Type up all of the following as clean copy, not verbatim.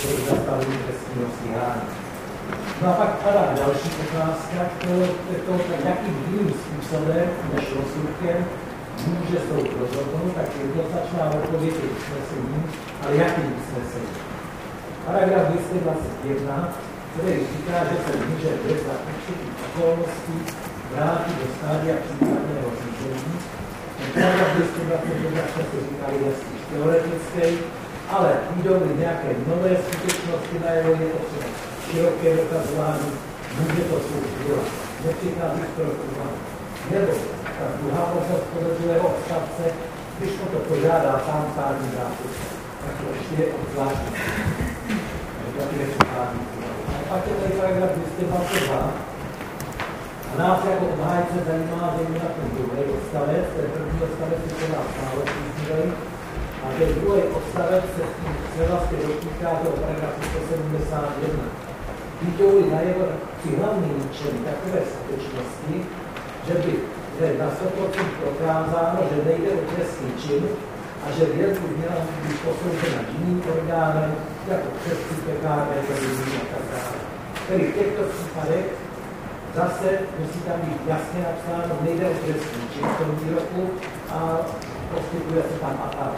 zastavení trestního stíhání. No a pak padá další otázka, jakým jiným způsobem než rozsudkem může soud rozhodnout, tak jednoznačná odpověď je usnesení, ale jakým usnesením? Paragraf 221, který říká, že se může bez za určitých okolností vrátit do stádia případného řízení. Paragraf 221 jsme si říkali vlastně teoretický, ale jdou-li nějaké nové skutečnosti na jeho, je to třeba široké dokazování, může to soud dělat. Nepřichází k prokazování. Nebo ta druhá možnost podle druhého odstavce, když mu to požádá sám státní zástupce, tak to ještě je obzvláštní. Taky nepřichází. A pak je tady paragraf 222. A nás jako obhájce zajímá zejména ten druhý odstavec, ten první odstavec je to nás málo příznivý, a ten druhý odstavec se vlastně dotýká toho paragrafu 171. Jdou-li na jeho při hlavním účelu takové skutečnosti, že by na 100% prokázáno, že nejde o trestný čin a že věc by měla být posouzena jiným orgánem, jako přesný pekárné, a tak dále. Tedy v těchto případech zase musí tam být jasně napsáno, nejde o trestný čin v tom výroku a postupuje se tam a tak.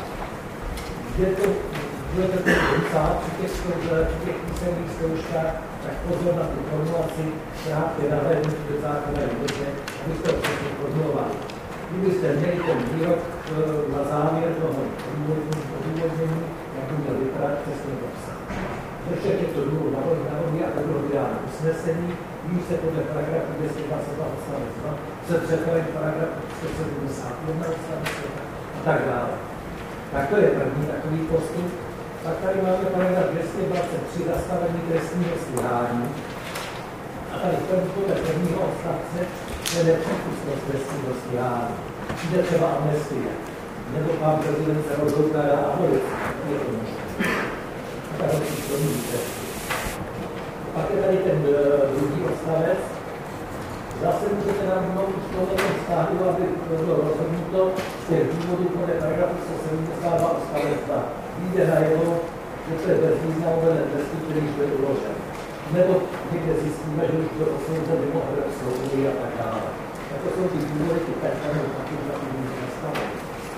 Budete to psát při těch písemných zkouškách, tak pozor na tu formulaci, která je navedena do zákona jednotně, abyste ho přesně formulovali. Kdybyste měli ten výrok na závěr toho odůvodnění, jak by měl vypadat, přesně to psát. Ze všech těchto důvodů navodí a tak bylo vydáno usnesení, když se podle paragrafu 222 odstavec 2 se přepravit paragrafu 171 odstavec 2 a tak dále. Tak to je první takový postup. Pak tady máme paragraf 223 zastavení trestního stíhání. A tady podle prvního odstavce je nepřípustnost trestního stíhání. Jde třeba amnestie. Nebo pan prezident se rozhodne a abolici. Je to možné. A tak další první trestní. Pak je tady ten druhý odstavec. Zase můžete nám člověkem stáhnout, aby bylo rozhodnuto z těch důvodů podle paragrafu 172 odstavec 2. Jde na jeho, že to je bezvýznamové trestu, který už byl uložen. Nebo někde zjistíme, že už byl osouzen mimo Evropskou unii a tak dále. Tak to jsou ty důvody, ty takzvané fakultativní nastavení.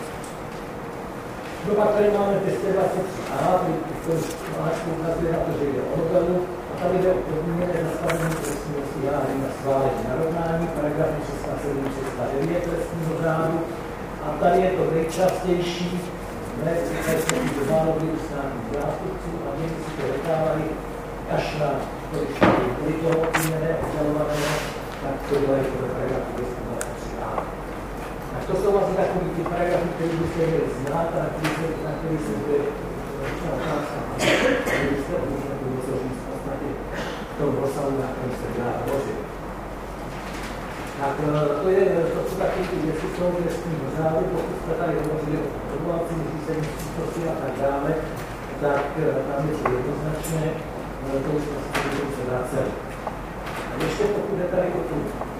No pak tady máme 223a, to máš ukazuje na to, že jde o novelu, a tady jde o podmíněné zastavení trestního stíhání na schválení narovnání, paragrafy 307-309 trestního řádu. A tady je to nejčastější, že málo byli státních zástupců a někdy si to nechávají až na toho podmíněné oddělovaného, tak to bylo jako do paragrafu 223a. Tak to jsou vlastně takový ty paragrafy, které byste měli znát a na který se bude otázka, aby byste můžete něco říct v podstatě v tom rozsahu, na kterém se dá hovořit. Tak to jsou taky ty věci z toho trestního řádu, pokud jste tady hovořili o odvolacím řízení, přítosti a tak dále, tak tam je to jednoznačné, to už se vraceli. A ještě pokud je tady o tu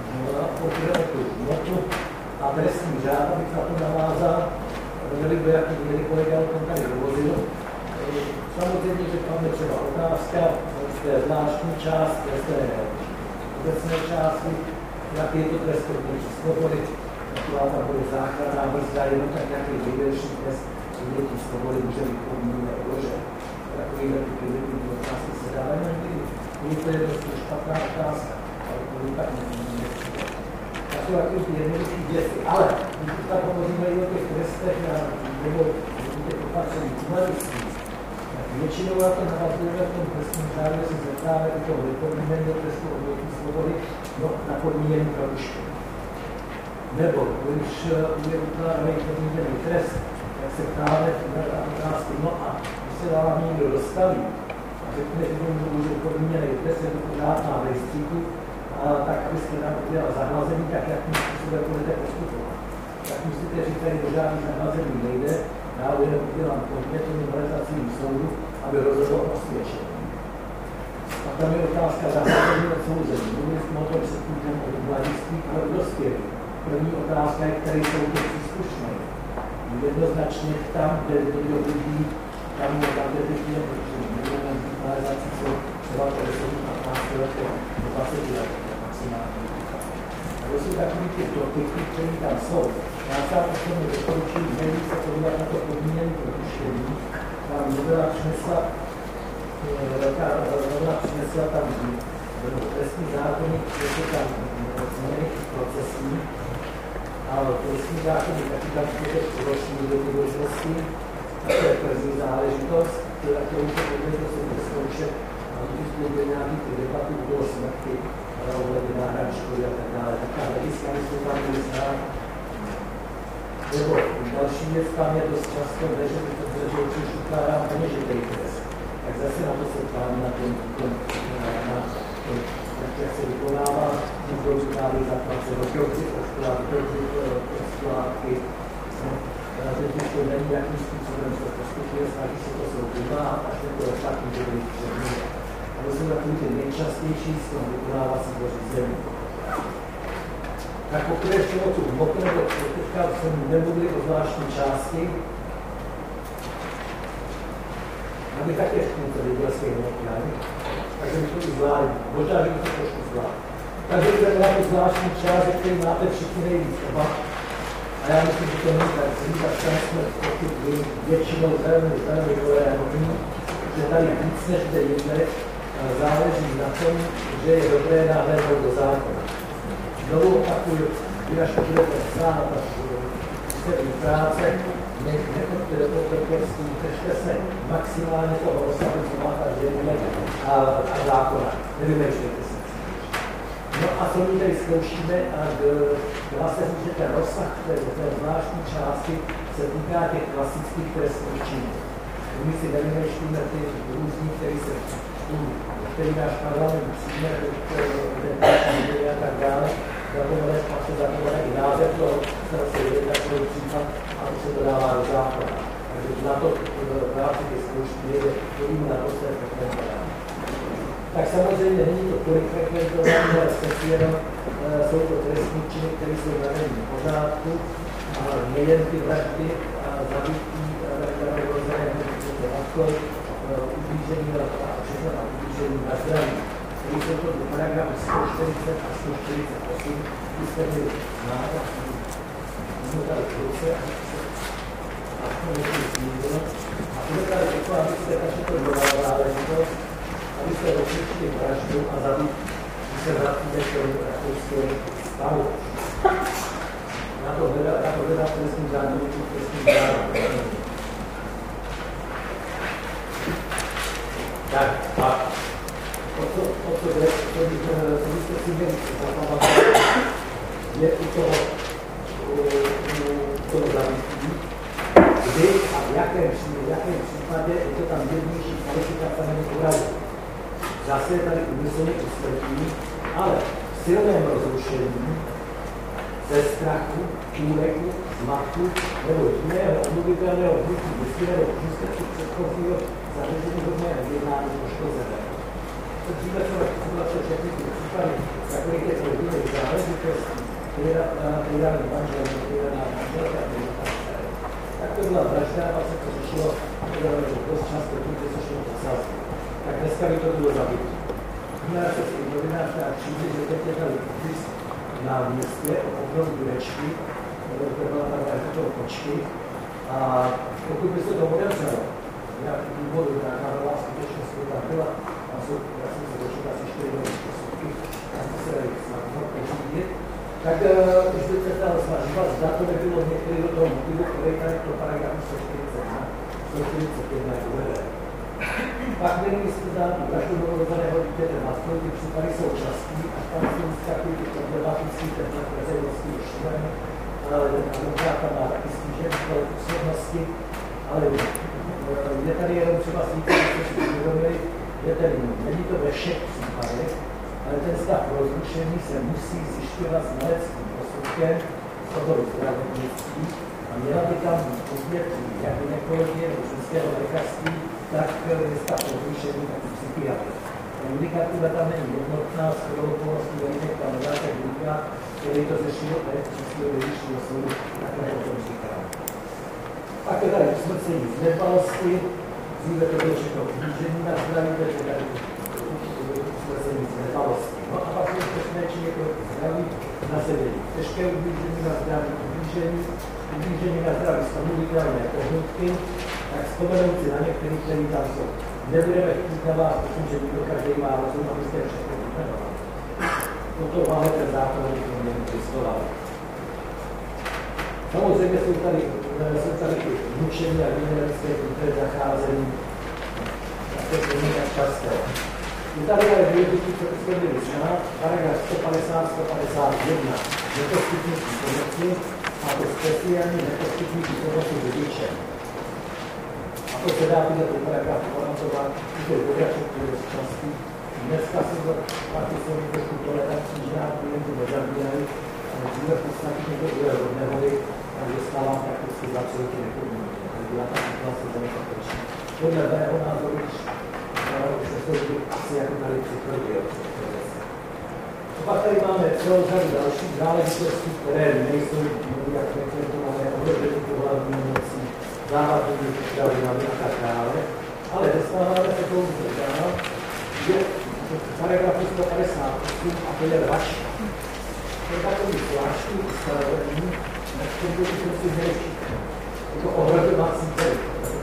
hmotu a trestní řád, abych na to navázal, nebo jaký měli kolega o tom tady hovořil. Samozřejmě, že tam je třeba otázka z té zvláštní části, z té obecné části, jak je to trest odnětí svobody, taková tam bude záchranná brzda, jenom tak nějaký nejdelší trest odnětí svobody může být podmíněně uložen. Takovýhle ty otázky se dále někdy. To je dost špatná otázka, ale to je tak nepříjemné. To jsou takové ty jednoduché věci. Ale když tak hovoříme i o těch trestech nebo o těch opatřeních humanistních, tak většinou na to navazujeme v tom trestním řádu, že se zeptáme do toho nepodmíněného trestu odnětí svobody na podmíněný propuštění. Nebo když je ukládaný podmíněný trest, tak se ptáme na otázky, no a když se vám někdo dostaví a řekne, že může podmíněný trest, je to pořád na rejstříku, tak abyste nám udělal zahlazení, tak jakým způsobem budete postupovat. Tak musíte říct, tady do žádný zahlazení nejde, já jenom udělám podnětnou novelizacijním soudu, aby rozhodl o osvědčení. A tam je otázka zahlazení odsouzení. Mluvili jsme o tom předtím od mladistvých a od dospělých. První otázka je, který jsou to příslušné. Jednoznačně tam, kde někdo vidí, tam je tam detektivně, protože nebudeme takový ty dotyky, které tam jsou. Já sám osobně doporučuji nejvíc se podívat na to podmíněné propuštění. Tam novela přinesla tam trestní zákoník, že se tam změny procesní, ale trestní zákoník taky tam je roční doby možnosti, a to je první záležitost, kterou se podle se bude zkoušet, a když bude nějaký ty debaty budou smrti, ohledně náhrady škody a tak dále, tak ta hlediska jsou tam byly znát. Nebo další věc tam je dost často, že když ukládám peněžitý trest, tak zase na to se ptám na tom, jak se vykonává, někdo vykládá zaplaceno, kroky splátky, že když to není jakým způsobem se postupuje, snaží se to vymáhat, až to je tak může být předmět. A to jsou takový ty nejčastější z toho vykonávacího řízení. Tak pokud ještě o tu hmotu, nebo teďka jsem nemluvili o zvláštní části, aby také to viděl svých hmotňány, takže by to i zvládli, možná, že by to trošku zvládli. Takže to je to zvláštní část, který máte všichni nejvíc oba. A já myslím, že to není tak celý, tak tam jsme většinou velmi hodní, že tady víc než kde jinde záleží na tom, že je dobré nahlédnout do zákona. Znovu opakuju, když až to budete psát a ústřední práce, nechoďte do potrpěství, držte se maximálně toho rozsahu, co má ta země a zákona. Nevymýšlejte se. No a co my tady zkoušíme, a dá se říct, že ten rozsah té zvláštní části se týká těch klasických trestných činů. My si nevymýšlíme ty různí, který náš parlament přijme, a tak dále. Zapomené, pak se zapomene i název toho, se jde takový případ a to se dodává do zákona. Takže na to v rámci ty zkoušky jde hodíme na to se frekventovat. Tak samozřejmě není to tolik frekventovat, ale přeci jenom jsou to trestní činy, které jsou na denním pořádku, a nejen ty vraždy a zabití, které rozhodné alkohol, ublížení a všechno a ublížení na zdraví. Když jsou to paragrafy 140 a 148, když jste byli znát, jsme tady v ruce a jsme někdy zmínili. A bude tady řekl, abyste taky to byla záležitost, abyste rozlišili vraždu a zabít, když se vrátíme k tomu rakouskému stavu. Na to hledá trestní zákonníku trestní zákonníku. Tak, a o co byste si měli zapamatovat, je u toho zabití, kdy a v jakém případě je to tam jednější kvalifikace nebo úrazu. Zase je tady úmyslně usmrtí, ale v silném rozrušení, ze strachu, úleku, zmatku nebo jiného omluvitelného hnutí mysli nebo ústeku předchozího zadržení hodného jednání poškozeného. Dříve jsme se všechny ty případy takových těch rodinných záležitostí, který dáme manžel, který dáme manželka, tak to byla vražda a pak se to řešilo dost často tím, že se šlo po sázku. Tak dneska by to bylo zabití. Měla se si novinářská přijde, že teď je tady popis na městě o obnovu Jurečky, to byla ta vražda toho Kočky, a pokud by se to odevřelo, nějaký důvod, nějaká nová skutečnost, která tam byla, a jsou, já jsem se došel asi 4 roky posudky, a to se dají snadno pořídit, tak už by se dalo snažovat, zda to nebylo některý do toho motivu, který tady pro paragrafu 141 je uveden. Pak měli jste dát vraždu novorozeného dítěte matkou, ty případy jsou častý, a tam jsou takový ty problematický, ten veřejnosti je šumen, advokát tam má taky stížené osobnosti, ale je tady jenom třeba slíka, že si uvědomili, že tedy není to ve všech případech, ale ten stav rozrušení se musí zjišťovat znaleckým posudkem z oboru zdravotnictví a měla by tam být obětí jak gynekologie nebo ženského lékařství, tak stav rozrušení, tak psychiatry. Judikatura tam není jednotná, s okolností velice tam nedáte říká, který to řešil a je přesně vyššího soudu, takhle o tom říkám. Pak je tady usmrcení z nedbalosti, dříve to bylo všechno ublížení na zdraví, takže tady usmrcení z nedbalosti. No a pak jsou trestné činy proti zdraví, nasedení, těžké ublížení na zdraví, ublížení na zdraví, samovydělané pohnutky, tak vzpomenout si na některých, kteří tam jsou. Nebudeme chtít na vás, protože by to každý má rozum, abyste všechno vyjmenovali. Toto máme ten zákon, abychom měli přistovat. Samozřejmě jsou tady mučení a generalické zacházení. To není tak časté. Je tady ale důležitý, co jsme měli znát, paragraf 150-151. Neposkytnutí pomoci, a to speciální neposkytnutí pomoci rodiče. A to se dá tyhle paragrafy pamatovat, to je dobraček části. Dneska se to taky jsou trošku toleranční, že nám klientů nezabíjají, ale dříve podstatně někdo bude od nehody, takže stávám prakticky za absolutně nepodmínky. Takže byla ta situace demokratičná. Podle mého názoru, když se soudí asi jako tady přichodil. A pak tady máme celou řadu dalších záležitostí, které nejsou, jak máme ohrožení pohlavní mocí, závadnými potravinami a tak dále, ale dostáváme se tomu dál, že v paragrafu 158 a to je vražka. To je takový zvláštní ustanovení, na kterém bychom si měli všichni. Je to ohrožovací celý,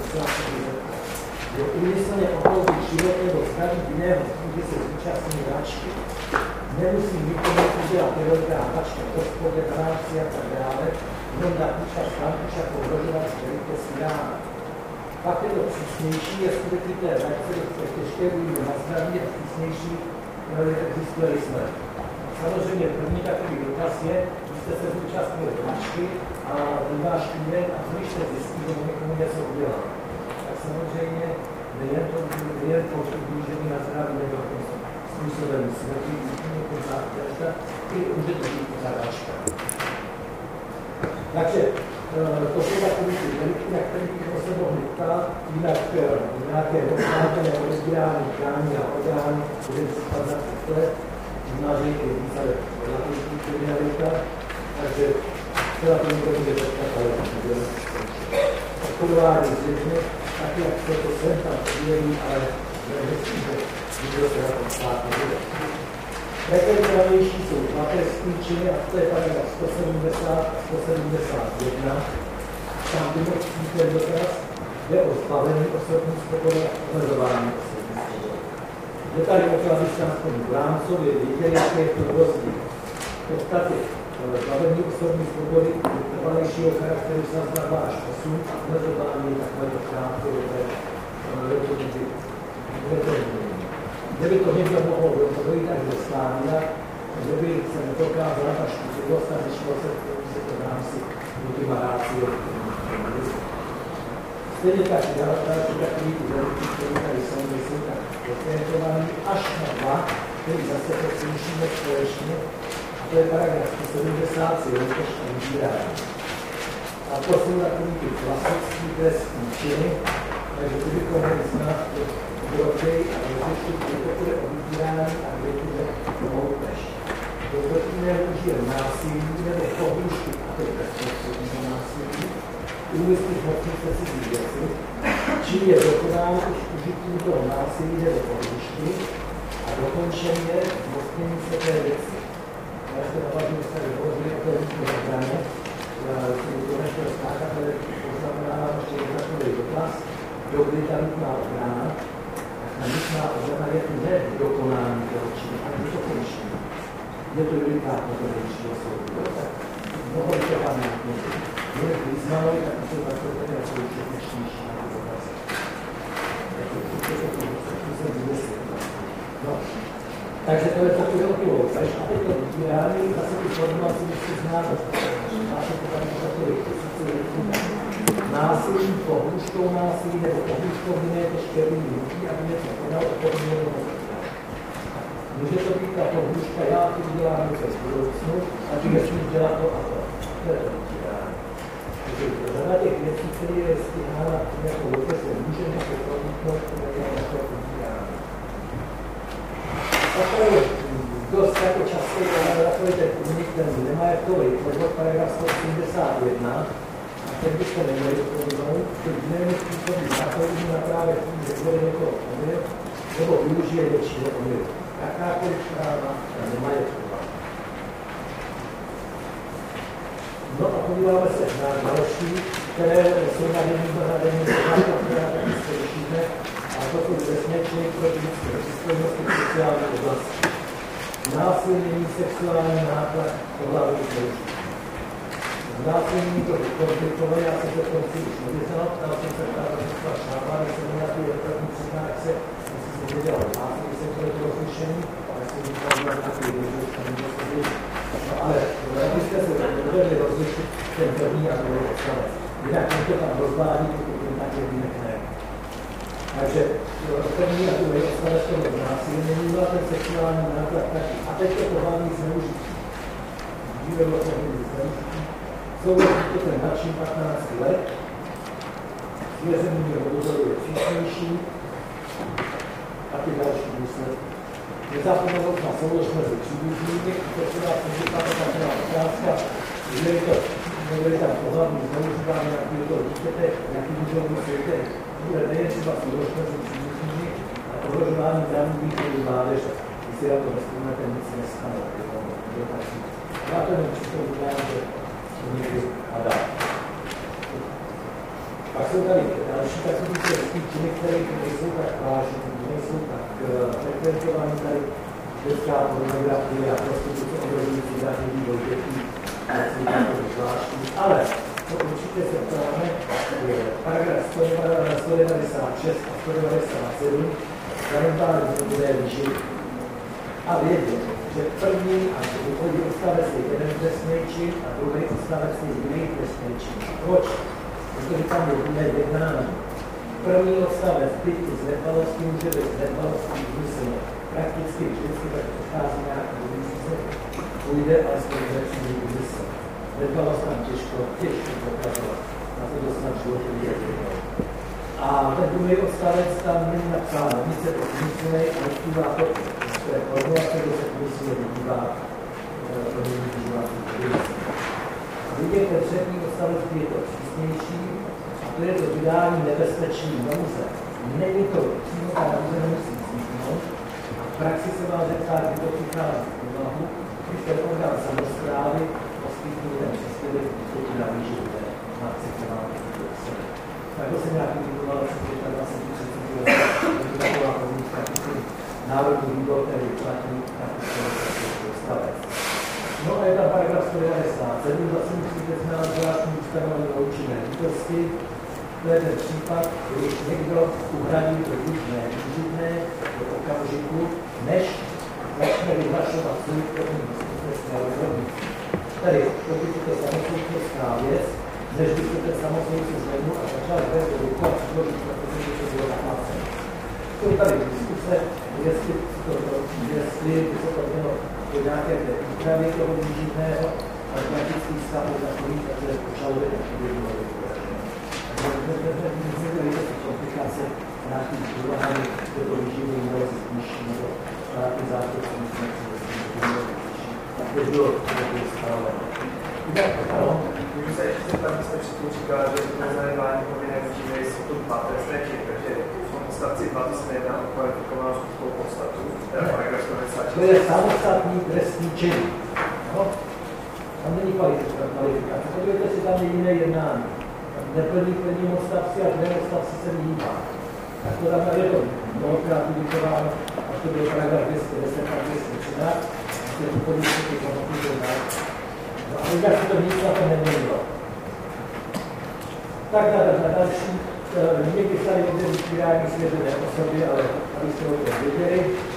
že úmyslně ohrozit život nebo zdraví jiného, kdy se zúčastní vražky. Nemusí nikomu udělat velká hračka, hospodě, hráci a tak dále, jenom na účast, tam však ohrožovací velikosti rána. Pak je to přísnější, je skutečně té reakce, které těžké budou na zdraví a přísnější, existuje smrt. Samozřejmě první takový dotaz je, že jste se zúčastnili hračky a ten váš klient a když jste zjistí, že někomu něco udělal. Tak samozřejmě nejen to ublížení na zdraví nebo způsobem smrti, i může to být hračka. Takže to jsou takové ty delikty, na kterých bychom se mohli ptát, jinak nějaké rozsážené rozbírání tkání a orgány, bude případ na takhle, znamená, že je výsledek relativní kriminalita, takže teda to někdo bude zeptat, ale obchodování zřejmě, taky jak se to sem tam podílí, ale myslím, že nikdo se na tom stát nebude. Nejprve jsou dva trestní činy, a to je paragraf 170 a 171. Tam vymočí ten dotaz, jde o zbavení osobní svobody a omezování osobní svobody. Je tady o to, abyste aspoň v rámcově věděli, jaký je to rozdíl. V podstatě zbavení osobní svobody trvalejšího charakteru se znamená až 8 a omezování je takového krátkodobé kdyby to někdo mohl dojít až do stádia, kdyby se nedokázal ta škodlivost a vyšlo se to v rámci motivarácie. Stejně tak další takový ty delikty, které tady jsou, jsou tak dokrentovaný až na 2, který zase to slyšíme společně, a to je paragraf 170 jelikož vybírání. A to jsou takový ty klasický trestní činy, takže kdybychom mohli znát dobrý a rozlišit, kde to bude o vybírání a kde to bude o houpež. To zločinné užije násilí nebo pohrůžky, a to je bezprostředního násilí, úmyslných mocných cizích věcí, čím je dokonáno už užitím toho násilí nebo pohrůžky a dokončení je zmocnění se té věci. Já se navazím, že jsme hovořili o té výzvě zabraně, to nešlo skákat, ale poznamenávám ještě jeden takový dotaz, dokdy ta nutná ochrana, a nutná ochrana je tu ne dokonání toho činu, ale je to končí. Je to judikát na to nejvyššího soudu. Tak mnoho vyčerpám nějaký. Je vyznali, tak to jsou takové tedy jako všechnější na ty otázky. Takže to je takový velký loupež. A teď to vybírání, zase ty formulaci musí znát, máte to tam takový násilí, pohrůžkou násilí nebo pohrůžkou jiné těžké vyhnutí, aby něco podal opodmíněnou rozhodnutí. Může to být ta pohrůžka, já to udělám něco z budoucnu, a ty nesmíš dělat to a to. To je to vybírání. Takže řada těch věcí, které je stíhána jako loupež, se může něco promítnout, které je jako vybírání. A to je dost jako často takový ten únik, ten nemajetkový, to je paragraf 181, teď byste neměli odpovědnout, že jinému způsobu zákonů naprávě tím, že bude někoho omyl, nebo využije většího omylu. Jakákoliv práva nemajetková. podíváme se na další, které jsou na denní která taky se řešíme, a to jsou bezpečné proti přístupnosti v sociální oblasti. Násilnění, sexuální nátlak, pohlavní zneužití. Znásilnění to konfliktové, já jsem se konci už nevyznal, ptal jsem se ptát, že se šápá, že jsem měl ty reprezentní přednášce, jestli jsem věděl násilně jsem to rozlišení, ale jsem říkal, že nějaký věděl, že tam nebyl sebe. No ale byste se dovedli rozlišit ten první a druhý odstavec. Jinak on to tam rozvádí, pokud to tak je vynechne. Takže první a druhý odstavec toho znásilnění byla ten sexuální nátlak taky. A teď to pohlavní zneužití. Dříve bylo pohlavní zneužití. Souvisí to ten mladší 15 let. Svěření jeho dozoru je přísnější a ty další důsledky. Nezapomenout na soulož mezi příbuznými, to se dá používat taková otázka, že je tam pohlavní zneužívání nějakého toho dítěte, jaký můžou být světě. Bude nejen třeba soulož mezi příbuznými, ale ohrožování zdraví východu mládeže. Když si na to nespomněte, nic nestane. Já to jenom připomínám, že to někdy padá. Pak jsou tady další takový činy, které nejsou tak vážné, nejsou tak frekventované tady dětská pornografie a prostituce ohrožující zdraví vývoj dětí, zvláštní. Ale co určitě se ptáme, je paragraf 196 a 197 zanedbání svobodné výživy. A vědět, že první a druhý odstavec je jeden trestný čin a druhý odstavec je jiný trestný čin. Proč? Protože tam je jiné jednání. První odstavec bytí z nedbalosti může být z nedbalosti úmyslně. Prakticky vždycky tak pochází nějaký úmysl, půjde alespoň větší úmysl. Nedbalost tam těžko dokazovat. Na to dostat život lidí. A ten druhý odstavec tam není napsáno, nic je to úmyslnej a nespívá to, to je formulace, kdo se úmyslně vydívá a vidět ten třetí odstavec, kdy je to přísnější, a to je to vydání nebezpečný nouze. Není to přímo ta nouze nemusí vzniknout. A v praxi se vás zeptá, kdy to přichází v úvahu, když ten orgán samosprávy poskytnú ten příspěvek východu na výživu té matce, která má to sebe. Tak to se nějaký vybudoval, že ta 2030 je taková komunická národní výbor, který vyplatí na odstavec. No a je tam paragraf 197, zase musíte znát zvláštní ustanovení o účinné lítosti. To je ten případ, když někdo uhradí to dlužné výživné do okamžiku, než začne vyhlašovat svůj první bezpečné rozhodnutí. Tedy, pokud je to samosoudcovská věc, než byste ten samosoudce zvednul a začal vést do ruku a předložit, protože by to bylo naplacené. Jsou tady diskuse, jestli by se to mělo do nějaké té úpravy toho výživného, ale praktický stav je takový, takže počaluje takový důvody. Takže nezměli to komplikace nějakých úvahami, že to výživný mělo se spíš, nebo nějaký zástupce musíme tak to bylo správné. Můžu se ještě zeptat, že jsme předtím říkali, že to zanedbání povinné výživy jsou to dva trestné činy, takže v tom odstavci 2 to se nejedná o kvalifikovanou skutkov podstatu, teda paragraf 196. To je samostatný trestný čin. No? Tam není kvalifikace. Podívejte si, tam je jiné jednání. Tam neplní prvním odstavci a druhém odstavci se vyhýbá. Tak to tam je to mnohokrát vyděkováno, až to byl paragraf 210 a 213, a to je to podívejte, to no a jak si to nic na to nemělo. Tak na další, někdy tady objeví vydání svěřené osoby, ale abyste o tom věděli.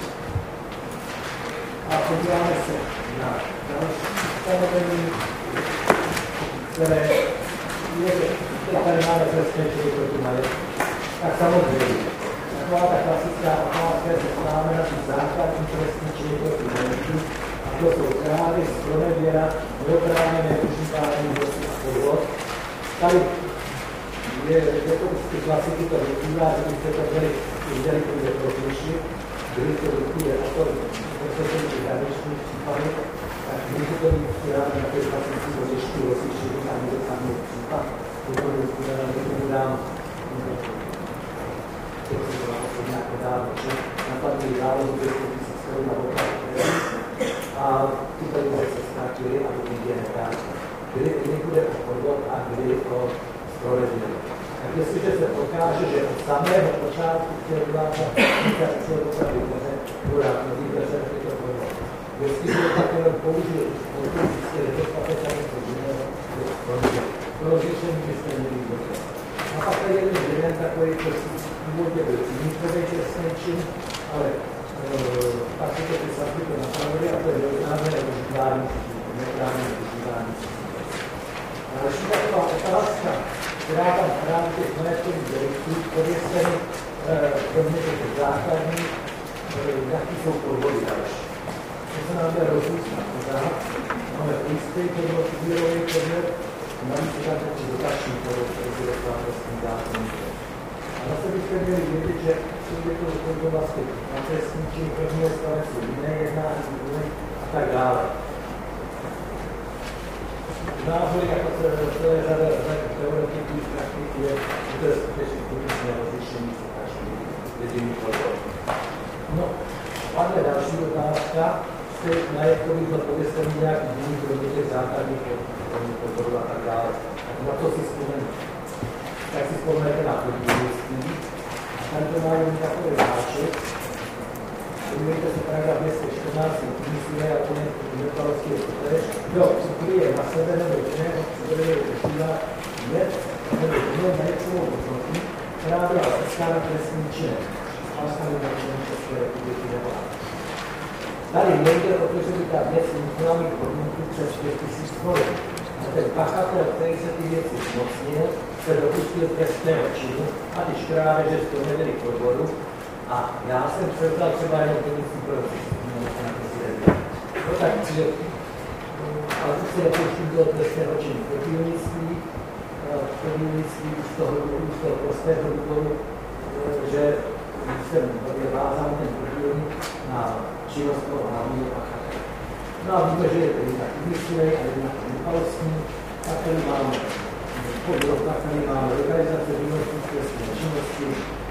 A podíváme se na další stanovení, které je, tady máme trestné činy proti majetku. Tak samozřejmě, taková ta klasická otázka se známe na ty základní trestní činy proti majetku. To jsou krávy, zpronevěra, neoprávněné užívání věcí a podvod. Tady je to ty klasiky to vyplývá, že byste to měli udělit pouze pro kliši, kdy to vyplývá a to se ty hraniční případy, tak může to být přidáme na té klasiky do řeští rozlišení a někdo tam je případ, to tomu dám to se to asi nějak dá, že napadný zálohu 200 000 korun na opravdu. A ty peníze se ztratily a to nikdy nevrátí. kdy bude o podvod a kdy o spravedlnost. Tak jestliže se prokáže, že od samého počátku chtěl vyvážet chtěl dopravy dveře, je to podvod. Jestliže tak jenom použil politické nedostatek a něco jiného, je to podvod. To rozlišení byste měli dobré. A pak je jeden takový, co si původně byl ciníkový trestný čin, ale pak si to ty sazby to napravili a to je dojednáme neužívání užívání. A další taková otázka, která tam právě těch majetkových deliktů, pověsteny kromě těch základních, jaký jsou podvody další. To se nám jde rozvíct na pořád. Máme blízký podvod, výrový podvod, navíc je tam takový dotační podvod, který je vlastně zákonný. A zase byste měli vědět, že je to vlastně na trestní čin prvního stave jsou jiné jednání, a tak dále. Názory jako celé řada teoretiků praktik je, že to je skutečně skutečné rozlišení se každý jediný podvod. No, padne další otázka, jste majetkových odpověstení nějaký jiný kromě těch základních podvodů a tak dále. Na to si vzpomenu. Tak si vzpomenete na podvodnictví. A tady to má jen takový háček. Podívejte se paragraf 214, myslíme jako nepalovského totéž. Kdo ukryje na sebe nebo jiného přivedeného užívá věc nebo jinou majetkovou hodnotu, která byla získána trestným činem. Páskaný na činem České republiky nebo tady nejde o to, že by ta věc musela mít hodnotu přes 5000 korun. A ten pachatel, který se ty věci zmocnil, se dopustil trestného činu a ty krádeže z toho nebyly podvodu. A já jsem převzal třeba jenom komisí pro no tak ale už se nepouštím do trestného činu podílnictví z toho prostého důvodu, že jsem vázal ten podílník na činnost toho hlavního pachatele. No a víme, že je to jinak umyslný a jinak nepalostní, a který máme podvod, a který máme legalizace živnostenské činnosti,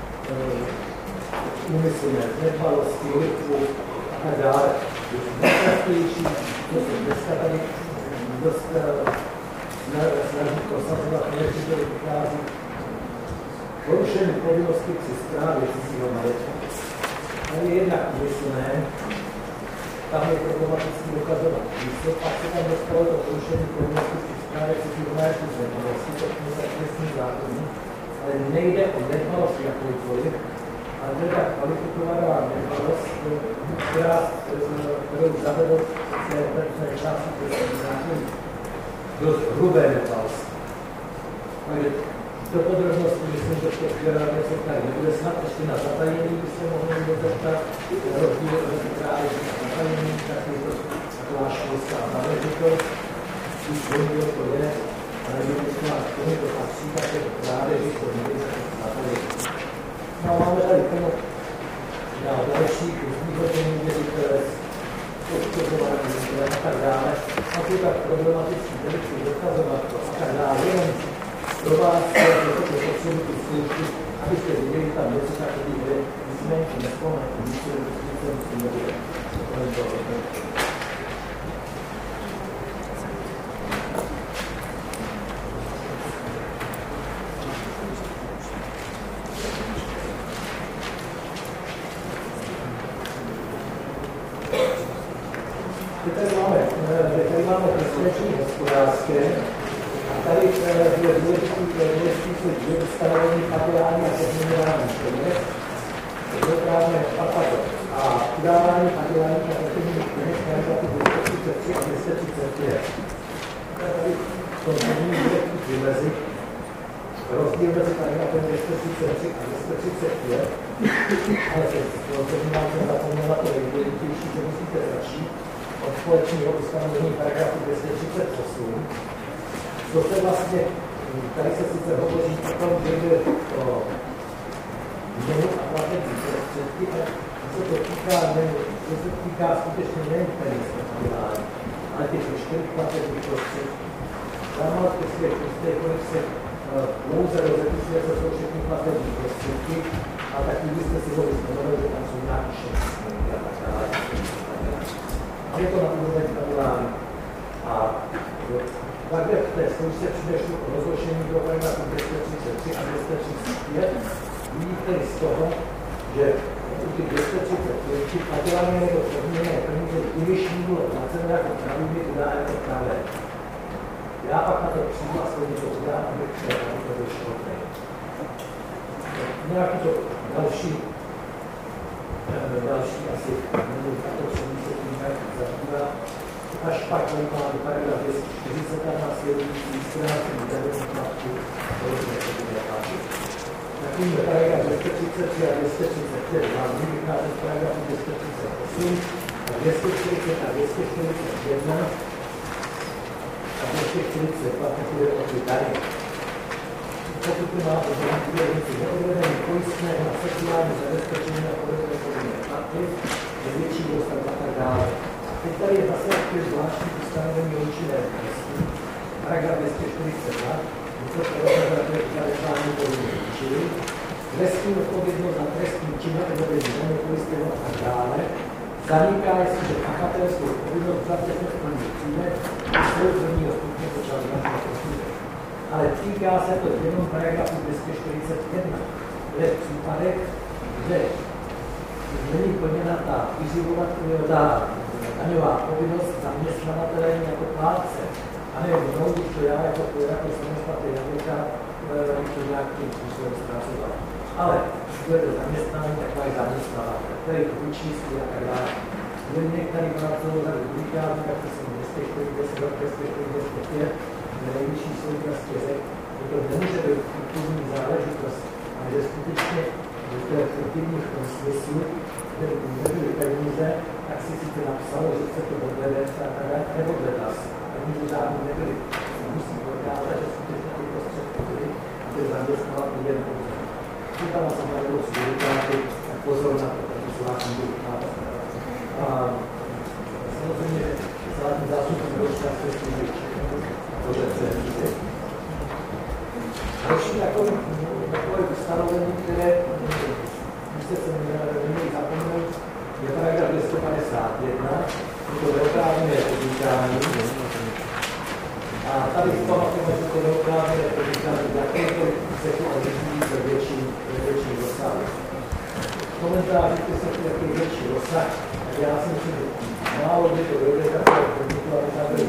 úmyslné nedbalosti, lichvu a tak dále. Nejčastější, co se dneska tady dost snaží prosazovat, než to vychází porušení povinnosti při správě cizího majetku. Tady je jednak úmyslné, tam je problematický dokazovat místo, pak se tam dostalo to porušení povinnosti při správě cizího majetku z nedbalosti, to je tak trestní zákonní, ale nejde o nedbalost jakoukoliv, ale teda kvalifikovaná nedbalost, kterou zavedl své části trestní zákonní. Dost hrubé nedbalosti. Takže do podrobností, myslím, že to chvíli se tady nebude snad, ještě na zatajení by se mohli dozeptat, rozdíl mezi krádeží a zatajení, tak je to taková školská záležitost, když vůbec to je, ale když k tomu to patří, tak je to krádeží, to nejde zatajení. No a máme tady tomu další zvýhodnění věřitele, odškodňování a tak dále, a to tak problematický delikty, dokazovat to a tak dále, jenom pro vás je to potřebuji tu zkoušku, abyste viděli tam něco takový, kde nicméně nespomenete, nic musím nebude. Tady máme bezpečný hospodářské. Tady je důležitý dvě ustanovení materiální a techniální peněz. A udávání materiálních a technických peněz na základě 233 a 235. Tady to není důležitý vymezit. Rozdíl mezi paragrafem 233 a 235, ale se vám se zapomněla to nejdůležitější, že musíte začít od společného ustanovení paragrafu 238. To se vlastně, tady se sice hovoří o tom, že jde o měnu a platební prostředky, ale to se týká skutečně nejen peněz, ale těch veškerých platebních prostředků. Zámalské svět, kolik se pouze rozepisuje, co jsou všechny platební prostředky, a taky byste si mohli stanovit, že tam jsou nějaký šestky a tak dále. A je to na úroveň tabulární. A takhle v té zkoušce předešlo rozložení do paragrafu 233 a 235. Vidíte z toho, že u těch 235 padělané nebo podmíněné peníze, i když bylo placené jako pravý, udá jako pravé. Já pak na to přijdu a shodně to udám, abych to vyšlo. Nějaký to další asi nebudu na to, co se tím nějak zabývá. Až pak máme paragraf 240 na následující 14. developmentu, podobně to bude chápit. Takovým paragraf 233 a 235 mám vycházet z paragrafu 238 a 240 a 241 a 242 takové o ty daně. Pokud to má odvědnici neodvedený pojistné na sociální zabezpečení a podobné fakty, je větší dostat a tak dále. Teď tady je zase takové zvláštní ustanovení o účinné trestní, paragraf 242, něco paragrafuje uzavření povinné účiny, trestní odpovědnost za trestní čin a odvedení daně pojistného a tak dále, zaniká, jestliže pachatelskou povinnost za trestní plní přijme, svou prvního stupně počal značný prostředek. Ale týká se to jenom paragrafu 241, kde v případech, kde není plněna ta daňová povinnost zaměstnavatele jako plátce, a nebo mnou, když to já jako samostatný advokát to nějakým způsobem zpracovat. Ale když bude to zaměstnání, tak mají zaměstnavatel, který to vyčíslí a tak dále. Když některý má celou řadu judikátů, tak to jsou 205, nejvyšší soud vlastně řekl, že to nemůže být kulturní záležitost, ale že skutečně v té kulturní v tom smyslu, kde nebyly peníze, tak si sice napsalo, že se to odvede a tak dále, neodvedá se. Peníze žádný nebyly. Musí prokázat, že skutečně ty prostředky byly a ty zaměstnavat jen pouze. Když tam samozřejmě jsou judikáty, tak pozor na to, taky zvláštní judikáty. A samozřejmě zvláštní zástupci došla se s tím další takové ustanovení, které byste se neměli zapomenout, je paragraf 251, je to neoprávněné podnikání. A tady pamatujeme, že to neoprávněné podnikání jakékoliv úseku a vyžíví ve větší rozsahu. V komentáři se jaký větší rozsah, tak já si myslím, že málo kdy to dojde takové podniku, aby tam byly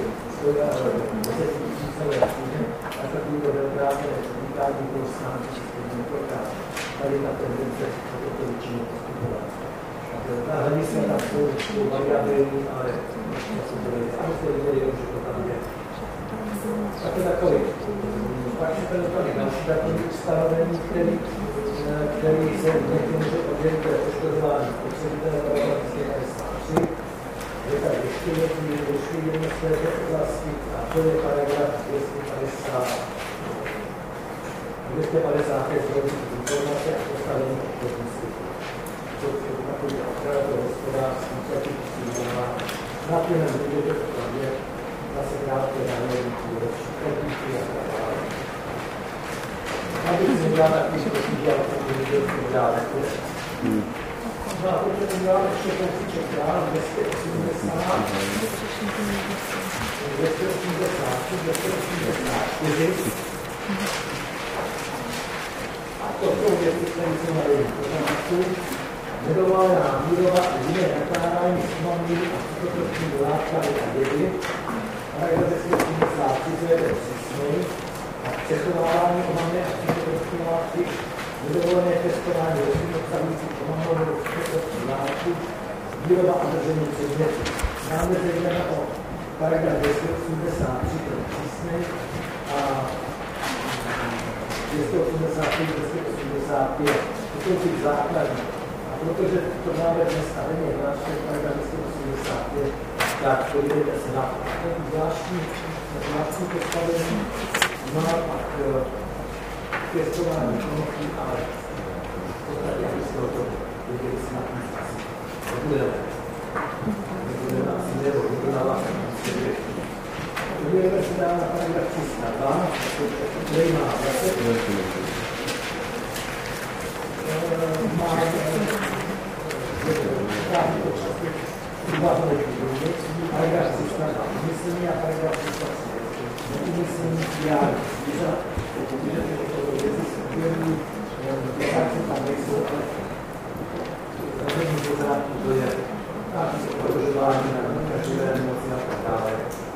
a takovýto neoprávněné podnikání bylo snad několikrát. Tady ta tendence toto většinou postupovat. Hledí se na svou variabilní, ale aby se viděli, že to tam je. Tak je takový. Pak se tady další takový ustanovení, který se může oddělit do poškodování spotřebitele paragrafy 53. Je tady ještě jedno z této oblasti a to je paragraf 255 informace a postavení obchodnosti. To je takový opravdu hospodářský, který přijmá. Na těm můžete to pravě zase krátké národníky, rozšíření a tak dále. Abych si udělal takový potíž, ale to můžete udělat takhle. No a teď se uděláme ještě kousíček dál, 284. A to jsou věci, které jsou na pořádku. Nedovolená výroba a jiné nakládání s umami a psychotropními látkami a jedy. Paragraf 283, to je ten přísnej. A přechovávání umami a psychotropní látky. Nedovolené testování rostlin obsahujících umami nebo psychotropní látky. Výroba a držení předmětů. Máme zejména o paragraf 283, ten přísnej. A 285, 285, to jsou těch základní. A protože to máme dneska není zvláštní paragraf 285, tak podívejte se na to. To je zvláštní postavení má pak pěstování konopí, ale to tady jak z toho to viděli jsme na tím asi. Nebudeme asi nebo nebudeme podívejme se dál na paragraf 302, který má zase paragraf 302 stavba umyslný a paragraf 303 neumyslný ideální zvířat, protože tyto věci se objevují, dokážu tam nejsou, ale zavedení pořádku to je podržování na každé nemoci a tak dále.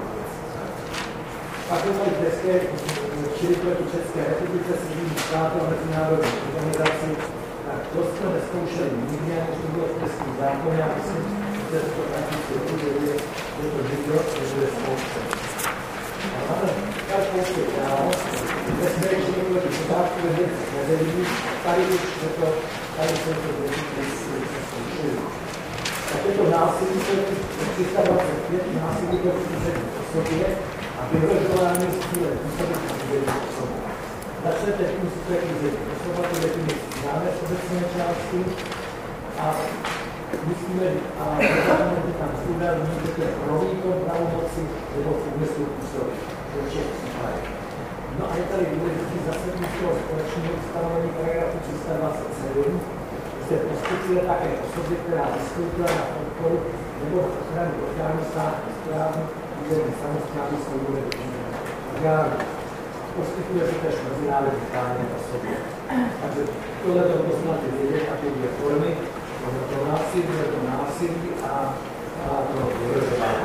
Pak je tady české, čili proti České republice, Sjediným státům a mezinárodní organizaci, tak to jsme neskoušeli nikdy, než to bylo v trestním zákoně, já myslím, že to prakticky rozhoduje, že to nikdo nebude zkoušet. A máme tak kousek dál, kde jsme ještě proti pořádku ve věci nevědí, tady už je to, tady jsou to věci, které se zkoušeli. Tak je to násilí proti 325, násilí proti úřední osobě a vyhrožování s cílem působit na úřední osobu. Začne teď musíte úřední osoba, tu definici známe z obecné části a musíme a dokážeme tam zdůraznit, že to je pro výkon pravomoci nebo v úmyslu působit. Do všech případů. No a je tady důležitý zasednutí toho společného ustanovení paragrafu 327, se poskytuje také osobě, která vystoupila na podporu nebo na ochranu orgánů státní správy, územní samosprávy, soudu nebo orgánů. Poskytuje se též mezinárodní právní osobě. Takže tohle to poznáte vědět, jaké dvě formy, to násilí a to vyhrožování.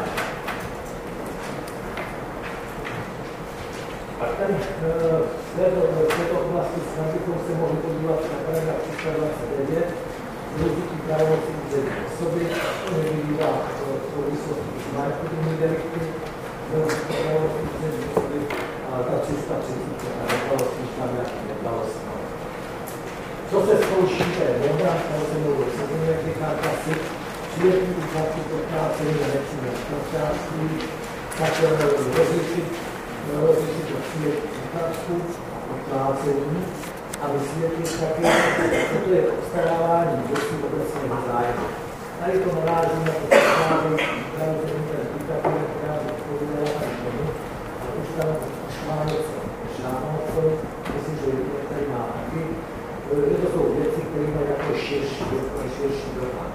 A tady v této oblasti snad bychom se mohli podívat na paragraf 329, využití pravomocí úřední osoby, to nevyužívá v souvislosti s majetkovými delikty, využití pravomocí úřední osoby, a ta 330 a nedbalostní tam nějaký nedbalostní. Co se zkouší, to je dobrá, tam se mnou dosadíme, jak říká klasik, přijetí úpadku podprácení a nepřímé podprácení, tak rozlišit do přijetí úpadku a podprácení a vysvětlit také, co to je obstarávání věcí obecného zájmu. Tady to naráží na to předcházející úpravu, který ten výkladně, která odpovídala na tomu, a už tam má něco žádnou, myslím, že tady má taky. To jsou věci, které mají jako širší dopad.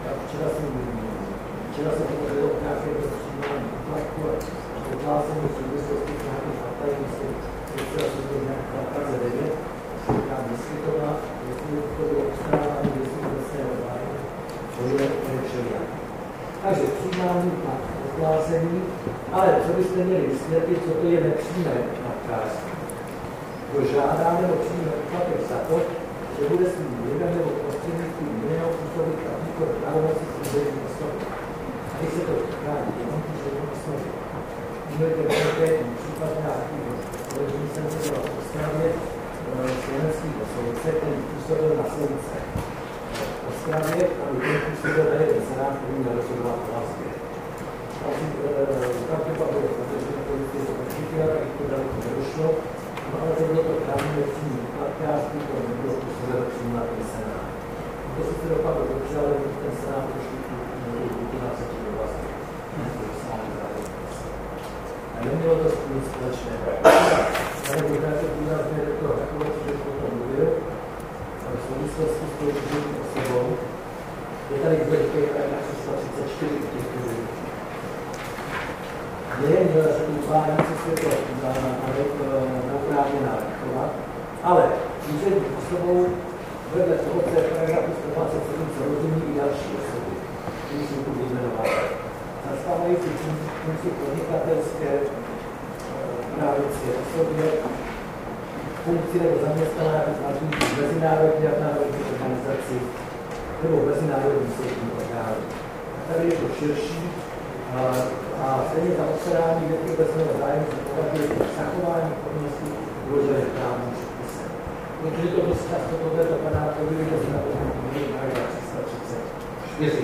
Včera jsem hovořil o nějakém přijímání úplatku a odhlášení v souvislosti s nějakým fatajným včera jsem byl nějak na Praze 9, jsem říkám vyskytovat, jestli to bylo obstarávání věcí obecného zájmu, to je všelijak. Takže přijímání a odhlášení, ale co byste měli vysvětlit, co to je nepřímé nadkářství. Kdo žádá nebo přijme úplatek za to, že bude svým vlivem nebo prostřednictvím jiného působit na výkon pravomocí úřední osoby. A když se to týká jenom úřední osoby. Můžete konkrétní případ nějakého kolegní jsem se dělal v Ostravě slovenského soudce, který působil na soudce v Ostravě a ten působil na jeden senát, který měl rozhodovat o vazbě. Pravděpodobně bylo, protože na policie to počítila, tak to daleko nedošlo. No ale to bylo to právě nepřímý platkářství, to nebylo působil přímo na ten senát. To sice dopadlo dobře, ale ten senát došli na třetí oblasti. A nemělo to spolu společné. Ale dokáže důrazně do toho takové, co bych o tom mluvil, v souvislosti s tou úřední osobou, je tady důležitý paragraf 334 těchto lidí. Nejen, že to uvádí, co se to neoprávněná výchova, ale úřední osobou vedle toho, co je paragrafu 127, se rozumí i další osoby, které jsou tu vyjmenovány. Zastávající funkci podnikatelské právnické osobě, funkci nebo zaměstnaná v mezinárodní a národní organizaci nebo mezinárodní soudní orgány. Tady je to širší a stejně za obstarání věcí obecného zájmu se považuje zachování povinností uložené právním předpisem. Protože to dost často tohle dopadá, to by to se na to zmínili paragraf 334.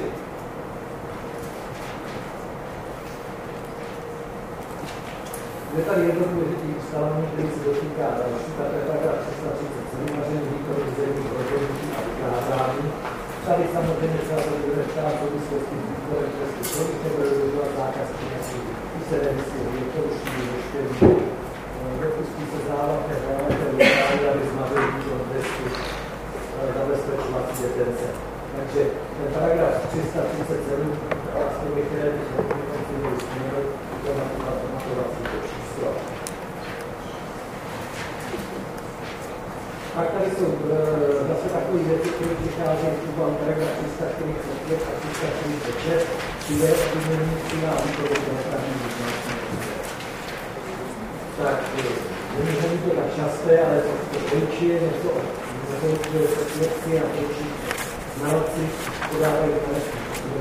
Je tady jedno důležitý ustanovení, který se dotýká další, také paragraf 337, maření výkonu územních rozhodnutí a vykázání. Tady samozřejmě třeba to bude v souvislosti s výkonem trestu člověk, nebo dodržovat zákaz činnosti, písemné slovo, porušení veškerý, dopustí se závadné hlavné vyjádření, aby zmavil výkon trestu, zabezpečovací detence. Takže ten paragraf 337, ve které bychom směrem, to je například pamatovací to číslo. Pak tady jsou zase takové věci, které přicházejí v úvahu paragraf 345 a 346, kde je obvinění přidá výkonu dopravní významnosti. Tak, není to tak časté, ale to končí, něco svědci a další znalci podávají další,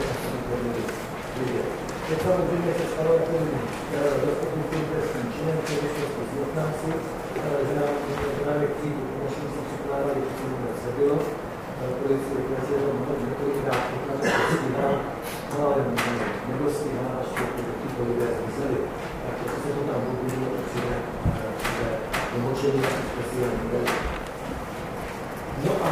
to samozřejmě se stalo jako dostupným trestním činem, který se s Větnamci, že nám je přijdu, možná se přikládali, že to vůbec nebylo. Policie se to několikrát stíhal, ale nebyl stíhal, až to lidé zmizeli. Takže se to tam budilo přijde domočení asi speciální věci. No a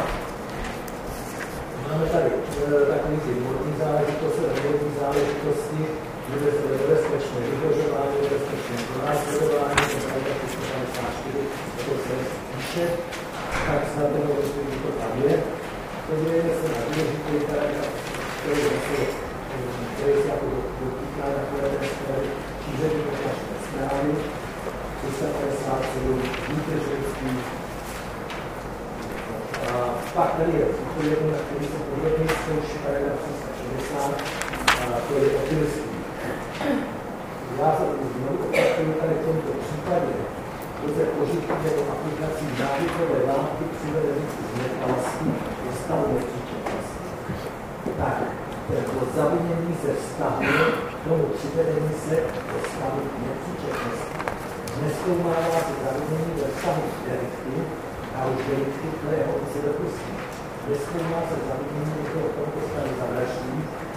máme tady takový ty vodní záležitosti, nebezpečné vyhrožování, nebezpečné pronásledování, paragraf 154, to se píše, tak snadno, že to tam je. Podívejme se na důležitý paragraf, který se jako dotýká na kolejné sféry šíření poplašné zprávy, 357 výtržnictví. A pak tady je jedno, na který se podrobně zkouší paragraf 360, a to je otilství. Já se znovu opakuju tady v tomto případě, lze požití nebo aplikací návykové látky přivedených z nekalostí do stavu nepříčetnosti. Tak, to zavinění se vztahuje k tomu přivedení se do stavu nepříčetnosti. Nezkoumává se zavinění ve vztahu k deliktu a už deliktu, kterého se dopustí. Nezkoumá se zavinění, kdo v tomto stavu zavraždí.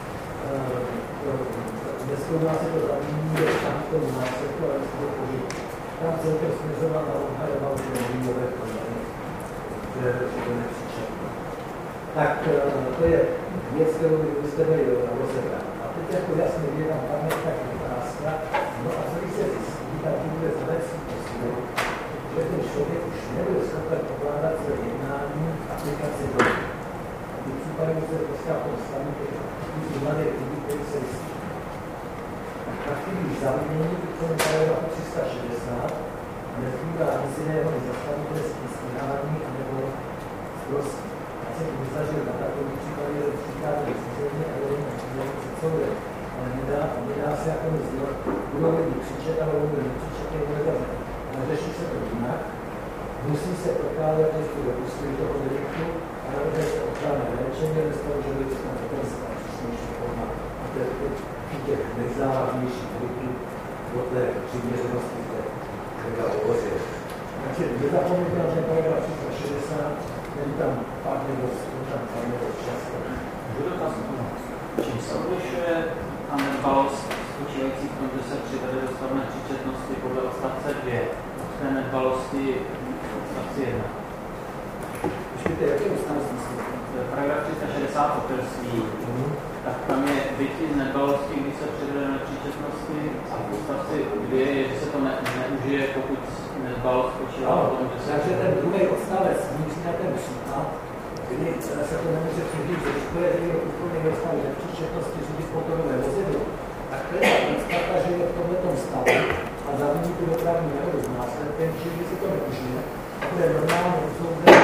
Nezkoumá se to zavinění ve vztahu k tomu následku, ale se to požití. Tam celkem směřovat a obhajoval, že nevýmové problémy, že to nepříčetné. Tak to je věc, kterou byste měli rozebrat. A teď jako jasně je tam pamětná otázka, no a co když se zjistí, tak bude znalecí postup, že ten člověk už nebyl schopen ovládat své jednání v aplikaci doby. A ty případy se prostě postaví těch mladých lidí, kteří se jistí. Aktivní zavinění, které je paragrafu 360, nezbývá nic jiného než zastavit trestní stíhání anebo zprostí. Já jsem nezažil na takový případ, že přichází řízení a jenom řízení před soudem. Ale nedá se jako nezdělat, budou lidi křičet, ale budou nekřičet, je nevazit. Ale řeší se to jinak. Musí se prokázat, jestli dopustili toho deliktu, a navrhne se ochranné léčení, ale z toho, že by se tam potenská přísnější forma. A to je těch nejzávažnějších deliktů do té přiměřenosti, které hovořil. Takže nezapomeňte na paragraf 360, není tam pár nebo často. Čím se odlišuje ta nedbalost spočívající v tom, že se přivede do stavu nepříčetnosti podle odstavce 2 od té nedbalosti odstavci 1? Počkejte, jaké ustanovení jsou? Paragraf 360 otrství, tak tam je bytí z nedbalosti, když se přivede do nepříčetnosti, a v odstavci 2 je, že se to neužije, pokud nedbalost spočívá v tom, že se... Takže ten druhý odstavec míří na ten případ, kdy se to nemůže přijít, že když bude někdo úplně dostal nepříčetnosti řídit motorové vozidlo, tak to je podstata, že je v tomto stavu a zaviní tu dopravní nehodu s následkem, že si to neužije, a bude normálně odsouzen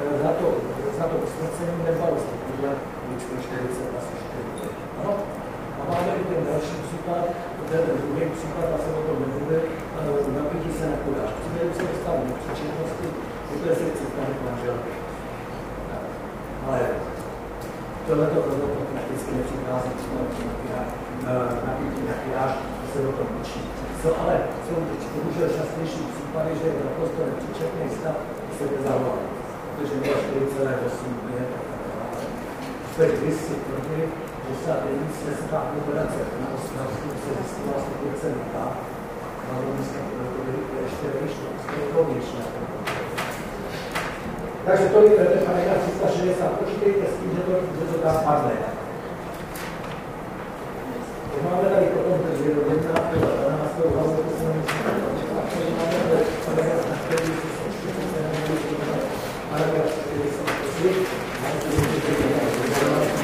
za to usmrcení nedbalosti, podle Ličko 40 a 40. Ano? A máme i ten další případ, ten druhý případ, a se o tom nebude, napětí se na kodář. Přivedu se do stavu nepříčetnosti, to je si představit manželky. Ale tohleto prakticky nepřichází třeba napětí na kiráž, se o tom učí. Co ale jsou bohužel častější případy, že je naprosto nepříčetný stav, se nezavolá. Protože měla 4,8 let. To je kdysi tvrdili, že se nejvíc nesmá operace na Ostravsku se zjistila 100%, ale dneska to byly ještě vyšlo, skvělnější na tom. Takže to je ten paragraf 360. Počítejte s tím, že to tam padne. Máme tady potom ten 11. a 12. hlavu, to se nemyslí. A tady máme paragraf, na který se paragraf 48.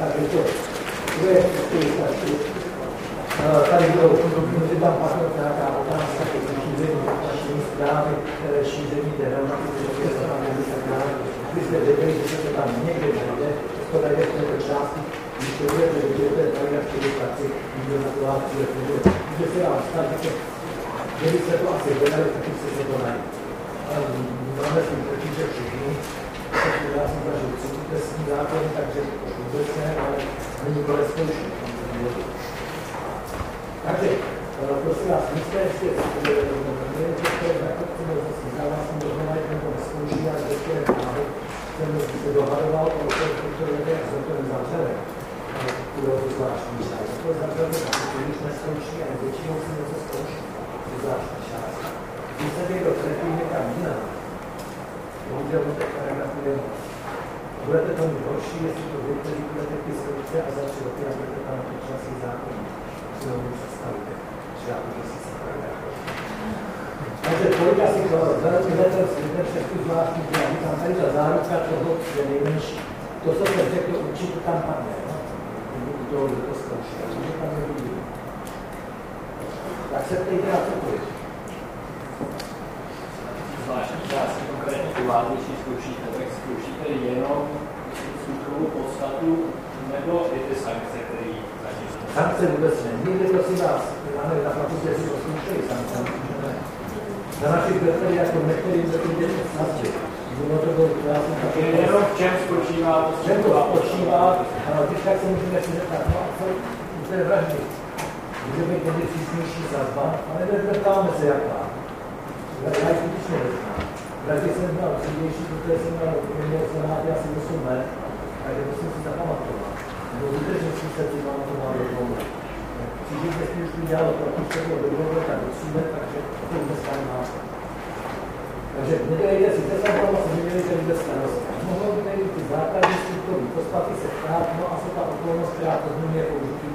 Takže to je prostě tady bylo, že tam pak nějaká otázka, šíření informační zprávy, šíření té normatiky, se tam nejde tak dále. Vy jste věděli, že se to tam někde najde, to najde v této části, když to budete vidět, že to je paragraf 4, nikdo na to vás přijde. Může se vám stát, že by se to asi hledali, tak se to najde. Máme s tím protíže všichni, protože já jsem zažil trestní zákon, takže to vůbec ne, ale není to neskoušení. Takže, prosím vás, my jsme ještě vlastně dohromady nebo neskouší, ale veškeré návrh jsem se dohadoval o tom, že lidé s doktorem zavřeli. Bylo to zvláštní část. To zavřeli, když neskouší, ale většinou si něco zkouší. To je zvláštní část. Když se někdo trefí někam jinam, bohužel to tak paragrafuje. Budete to mít horší, jestli to vy, kteří budete ty zkoušce a za 3 roky a budete tam časný zákon. Si ho můžu představit, že já to si se paragrafuje. Takže tolik asi to velký letelský, ten všechny zvláštní dělá. Tam tady ta záruka toho je nejmenší. To, co jsem řekl, určitě tam padne. U toho, kdo to zkouší. Takže tam nevidí. Tak se ptejte na cokoliv. Zvláštní části konkrétně uvádí, když zkoušíte, tak zkoušíte jenom skutkovou podstatu nebo i ty sankce, které zatím jsou? Sankce vůbec ne. Nikdy, prosím vás, máme na fakultě si to zkoušeli sankce. Na našich doktorech jako některým dětem sazby. Bylo to bylo krásné. Jenom v čem spočívá to? V čem to spočívá, ale když tak se můžeme si zeptat, no a co u té vraždy? Může být někdy přísnější sazba, ale neptáme se jaká. Já ji skutečně neznám. Vraždy jsem znal přísnější, protože jsem měl senáty asi 8 let, takže musím si zapamatovat. Nebo vydržnictví se si pamatoval do 2 let. Přížitnictví už mi dělalo prakticky do 2 let a do 3 let, takže to vůbec nemáte. Takže nedělejte si přesahovat, se nedělejte vůbec starosti. Mohou by tady ty základní skutkový podstaty se ptát, no a co ta okolnost, která podmínuje použití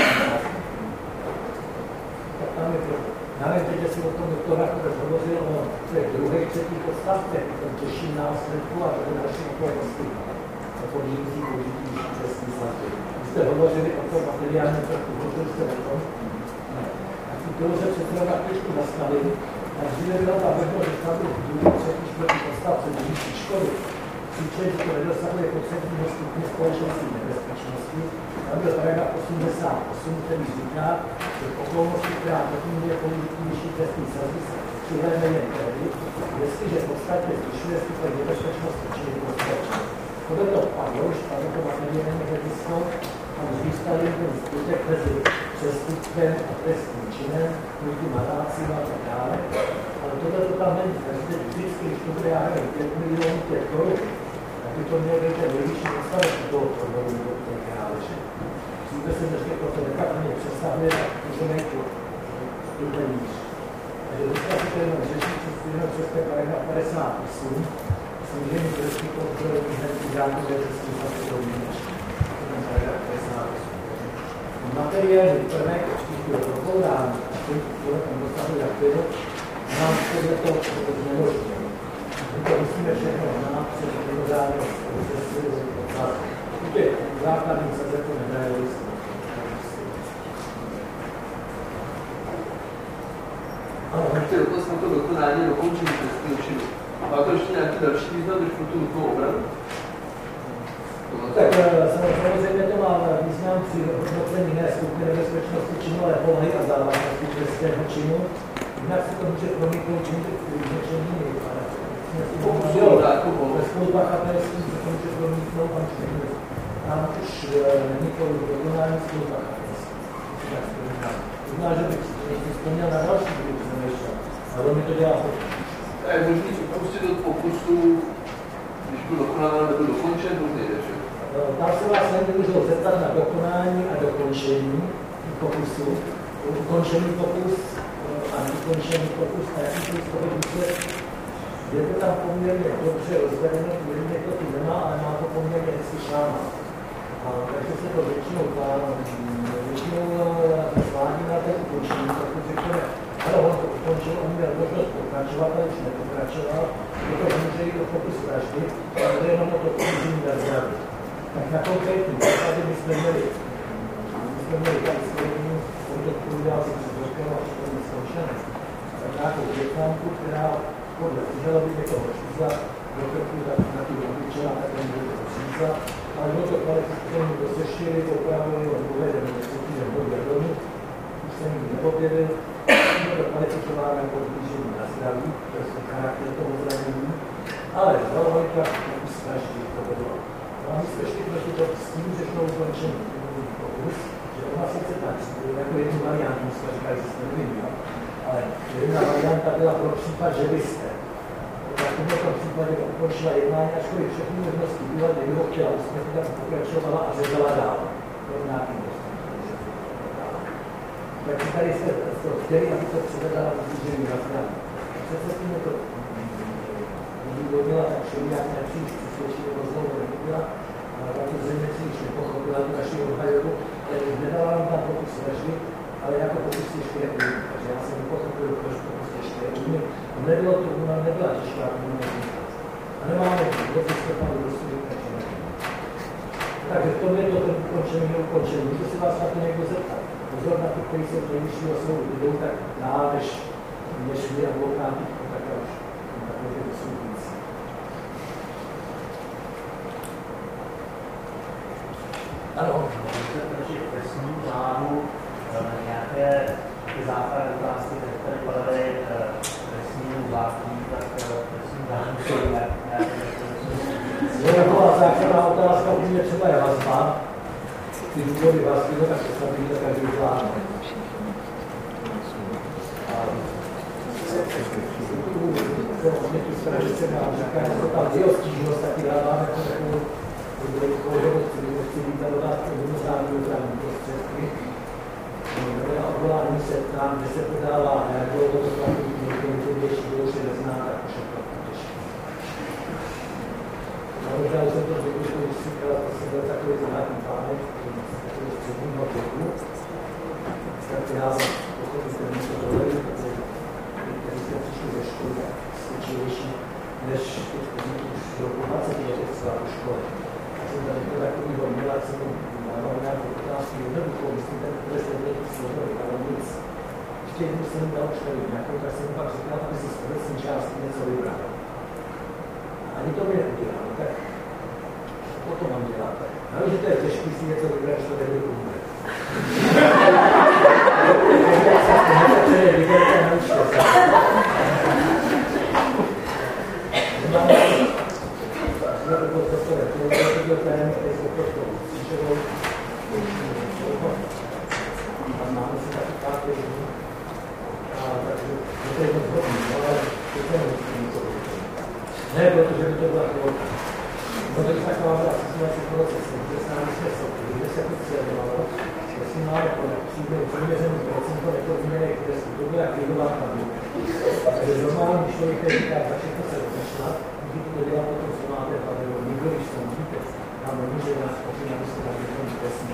tak tam je to. Navěděte si o tom doktora, který hovořil o těch druhých, třetích podstavcech, o tom těžším následku a o další okolnosti. O podmíncí použití trestní sazby. Vy jste hovořili o tom materiálním trochu, hovořili jste o tom. A tu toho se před chvíli trošku nastavili. A dříve byla ta možnost, že tam byl druhý, třetí, čtvrtý podstavce, zvýší škody. Příčet, že to nedosahuje potřebního stupně společenské nebezpečnosti. Tam byl paragraf 88, který říká, že v okolnosti, která podmínuje použití vyšší trestní sazby, přihlédne jen tehdy, jestliže v podstatě zvyšuje stupeň nebezpečnosti či nebezpečnosti. Podle toho padlo, že padlo to materiální hledisko, tam zůstali ten skutek mezi přestupkem a trestním činem, ultimatácím a tak dále. Ale tohle to tam není. Takže vždycky, když to bude, já nevím, 5 milionů 5 korun, tak by to měl být ten nejvyšší odstavec toho provodu do té krádeže. Vždycky se dnešně proto nepatrně přesahuje, tak můžeme jít tuhle níž. Takže dneska si to jenom řeší přes ten paragraf 58, snížení trestní kontroly výhlední základě trestní sazby níž. Ten paragraf 58. Materiální prvek, když byl prokoudán, a tím tam dosahuje jak bylo, nám podle toho znemožňuje. My to musíme všechno znát, přes mimořádně procesy odsázy. Určitě základní saze to nedaje list. Ano, ještě dotaz na to dokonání dokončení trestného činu. Má to ještě nějaký další význam, než pro tu nutnou obranu? Tak samozřejmě to má význam při hodnocení ne skupiny nebezpečnosti činu, ale povahy a závažnosti trestného činu. Jinak se to může promítnout čím vyřešení. Ve spolupachatelství se to může promítnout, tam už není to dokonání spolupachatelství. Možná, že bych vzpomněl na další, když jsem nešel. Ale mi to dělá hodně. A je možný upustit od pokusu, když byl dokonán, nebo dokončen, to nejde, že? Tam se vás nemůžu zeptat na dokonání a dokončení pokusu. Ukončený pokus a nedokončený pokus a jaký z toho důsledek. Je to tam poměrně dobře rozvedené, mě to tu nemá, ale má to poměrně hezky šláma. Takže se to většinou zvládí na té ukončení, pokud řekneme, ale on to ukončil, on měl možnost pokračovat, ale už nepokračoval, je to může jít do pokus vraždy, ale to je jenom o to pokušení na zdraví. Tak na konkrétní příklady my jsme měli tady svědení, on to odpovídal si před rokem a všechno mi skončené. Tak nějakou větnamku, která podle žaloby někoho šízla, do krku na tu obličela, tak on byl to šízla, ale bylo to kvalifikovaný, kdo sešili, opravili, on uvedeme do třetí nebo domů, už se nikdy neobjevil, bylo to kvalifikováno jako ublížení na zdraví, to je charakter toho zranění, ale žalobajka už snaží to vedlo. No a my jsme šli proti to s tím, že šlo ukončený pokus, že ona sice tak, jako jednu variantu jsme říkali, že jsme nevěděli, ale jedna varianta byla pro případ, že byste. Tak v tomto případě ukončila jednání, ačkoliv všechny možnosti byla, kdyby ho chtěla uspět, tak pokračovala a řezala dál. To je nějaký postupný. Tak tady jste to chtěli, aby to předvedala ublížení na zdraví. Přece s tím to důvodila, tak šli nějak nepříliš přesvědčili, rozhodu nebyla, ale tak to zřejmě příliš nepochopila tu naši obhajobu, ale nedala nám tam pokus leží, ale jako pokus ještě je umí. Takže já jsem nepochopil, proč pokus ještě je umí. Nebylo to u nás, nebyla těžká komunikace. A nemáme do listopadu dosud vykončené. Takže v tom je to ten ukončený, neukončený. Můžete si vás na to někdo zeptat. Pozor na ty, kteří se nejvyššího soudu jdou tak dál, než vy a blokáty, tak já už takové ty soudující. Ano. Takže v trestním řádu nějaké západní otázky, které padaly trestnímu zákonu, tak trestním řádu jsou nějaké taková základná otázka, úplně třeba je vazba. Ty důvody vazby, no tak se snadí to každý zvládne. Mě tu straži se nám říká, že to tam jeho stížnost taky dáváme jako takovou chci být a dodat mimořádný opravní prostředky. Na odvolání se tam, kde se podává, jak bylo to takový největší, kdo už je nezná, tak už je to těžké. A možná jsem to řekl, že když si říkala, to jsem byl takový zvláštní pánek, takový středního věku, tak já jsem pochopitelně to dovolil, protože kteří jsme přišli ze školy, tak svědčilejší než ty, kteří už roku 20 let třeba do školy. Jsem tady to takovýho měla, jak jsem dával nějakou otázku jednoduchou, myslím, ten trest nebyl složový, ale nic. Ještě jednou jsem mu dal čtení nějakou, tak jsem mu pak říkal, aby si z obecní části něco vybral. Ani to mi neudělal, tak potom mám dělat. Já vím, že to je těžký si něco vybrat, že to nebude umře. Ne, protože by to byla chvilka. Protože taková byla situace v procesu, kde s námi jsme sokli, kde se to cílovalo, jestli máme přiměřený procento nepodmíněných trestů, to byla klidová tabulka. Takže normální člověk, který říká, za všechno se rozešla, můžete to dělat potom, co máte tabulku. Nikdo, když se můžete, nám nemůže nás pokud abyste na někom trestní,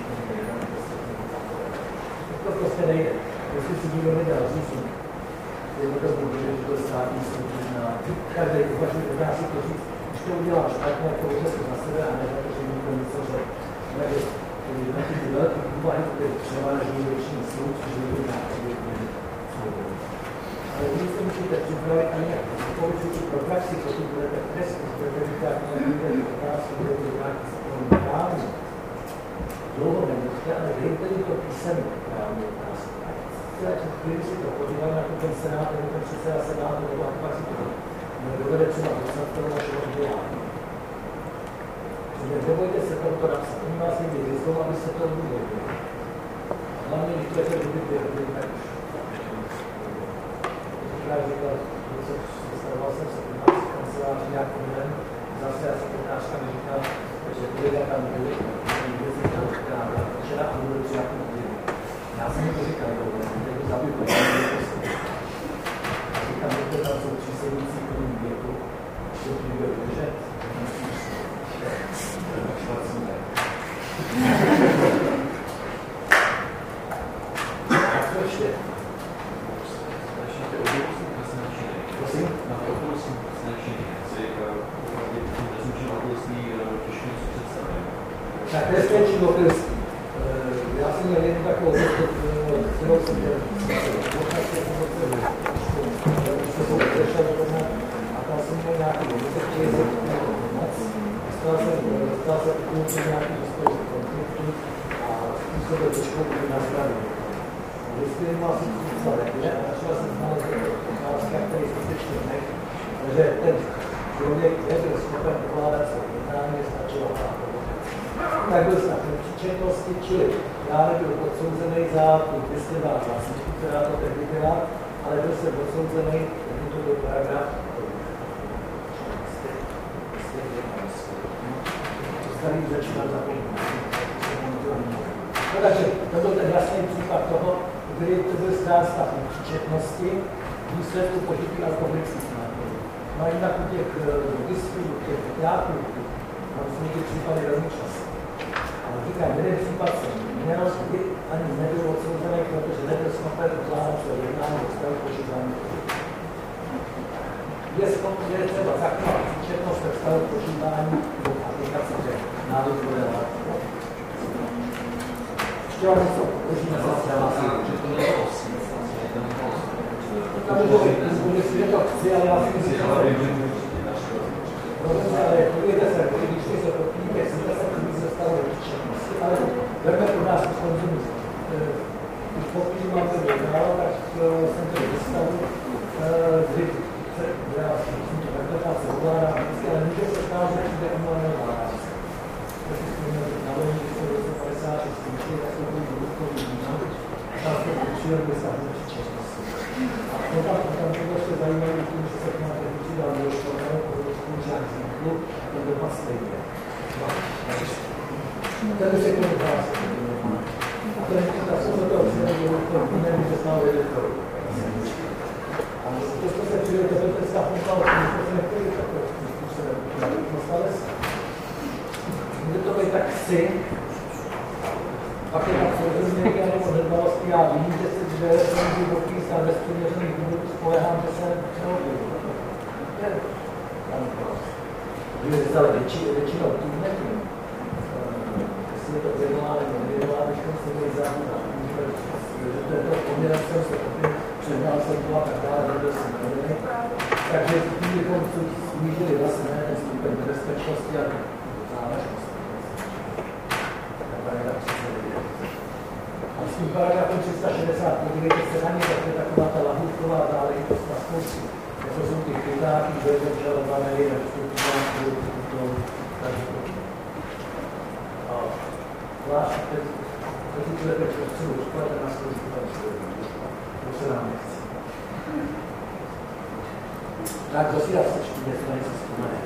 to prostě nejde. Jestli si nikdo nedal říct, je to bude, že to státní soud na každý uvažuje, dá si to říct, když to udělám špatně, jako by se na sebe a ne za to, že nikdo něco řekl. Takže na ty velké úvahy, které třeba než největší soud, což je nějaký svobodu. Ale když to musíte připravit a nějak poučit pro praxi, pokud budete v trestu, budete říkat nějaké otázky, budete nějaký soukromý právní, dlouho nemusíte, ale dejte mi to písemně právní otázky. Chvíli si to podíval na ten senát, nebo ten předseda senátu, nebo pak si to dovede třeba dostat toho vašeho vzdělání. Nebojte se tohoto napsat, oni vás někdy vyzvou, aby se to udělali. Hlavně, když budete být tak už. Já říkal, že dostával jsem se u nás v kanceláři nějaký den, zase já sekretářka mi říkal, že lidé tam byli, někde si tam říkala, včera a budou přijat na já jsem to říkal, že to zabiju, říkám, že tam jsou přísedící k tomu věku, že to bude držet, tak to ještě. Začněte obrovským naznačením. Prosím? Na obrovským naznačením si opravdu tím naznačením okolostí těžko něco představit. Motylský. Já jsem měl jednu takovou věc, kterou jsem měl a tam jsem měl nějaký dostal jsem úplně nějaký dostal konfliktu a způsobil trošku na zdraví. Jestli má si výsledek, a začal jsem znát otázka, který skutečně nech, že ten člověk nebyl schopen ovládat své jednání, stačilo chápat. Tak byl snad nepříčetnosti, čili já nebyl odsouzený za tu 202 vlastníku, která to tehdy byla, ale byl jsem odsouzený, jako to byl paragraf, starý začínal zapomínat. No takže to byl ten jasný případ toho, kdy to byl stav nepříčetnosti v důsledku požití alkoholických nápojů. No a jinak u těch disků, těch teátrů, tam jsou ty případy velmi často. Ale říkám, jeden případ jsem měl, kdy ani nebyl odsouzený, protože nebyl schopen ovládat své jednání do stavu požívání. Je třeba zachovat příčetnost ve stavu požívání do aplikace návykové látky. Ještě vám něco požíme zase hlasí. Že to bylo 8. Tam může si, že to chci, ale já si myslím, že ale podívejte se, když se potýkáte, jste se první ze stavu nepříčetnosti, ale jdeme pro nás to konzumismus. Když popíšu mám to dál, tak jsem to vystavu, kdy já jsem to takhle se ovládám, ale může se stát, že přijde umlané vládá. Když jsme měli na loni, když jsme v roce 56 skončili, tak jsme byli produktový význam, a tam jsme učili do stavu nepříčetnosti. A potom to ještě zajímavé tím, že se k nám tehdy přidal do školného produktu žák vznikl, a ten dopad stejně. Ten už se k tomu dá se a to je ta způsob toho přijde, že to nevím, že znal editor. A to, co se přijde, to byl ten stav uznalosti, to se nechtěli takovým způsobem. Dostali se. Může to být tak chci, pak je tak zrozumělý nebo nedbalosti, já vím, že se dvě jsem hluboký stát bez přiměřených důvodů spolehám, že se nepřehodil. Ale většinou týdne tím, jestli je to vědomá nebo nevědomá, bychom se měli zámět, že to je to kombinace, se opět přednal jsem to a tak dále, nebyl jsem nevědomý. Takže tím bychom snížili vlastně ten stupeň bezpečnosti a závažnosti. A s tím paragrafem 360, podívejte se na ně, tak je taková ta lahůdková záležitost na spoustu. Jako jsou ty chytáky, že je obžalované, zvlášť, kteří budete potřebu rozkladem na svůj to se nám nechce. Tak, kdo si dá sečtí, jestli na něco vzpomene.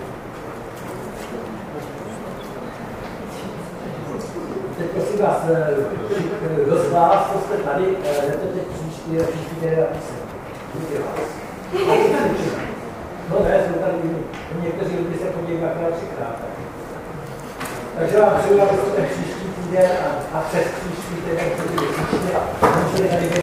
Teď prosím vás, kdo z vás, co jste tady, jdete teď příští den napisem. Díky vás. No ne, jsou tady jiní. Někteří lidi se podívají dvakrát, třikrát. Takže vám přeju, abyste ten příští týden a přes příští týden, který je příště,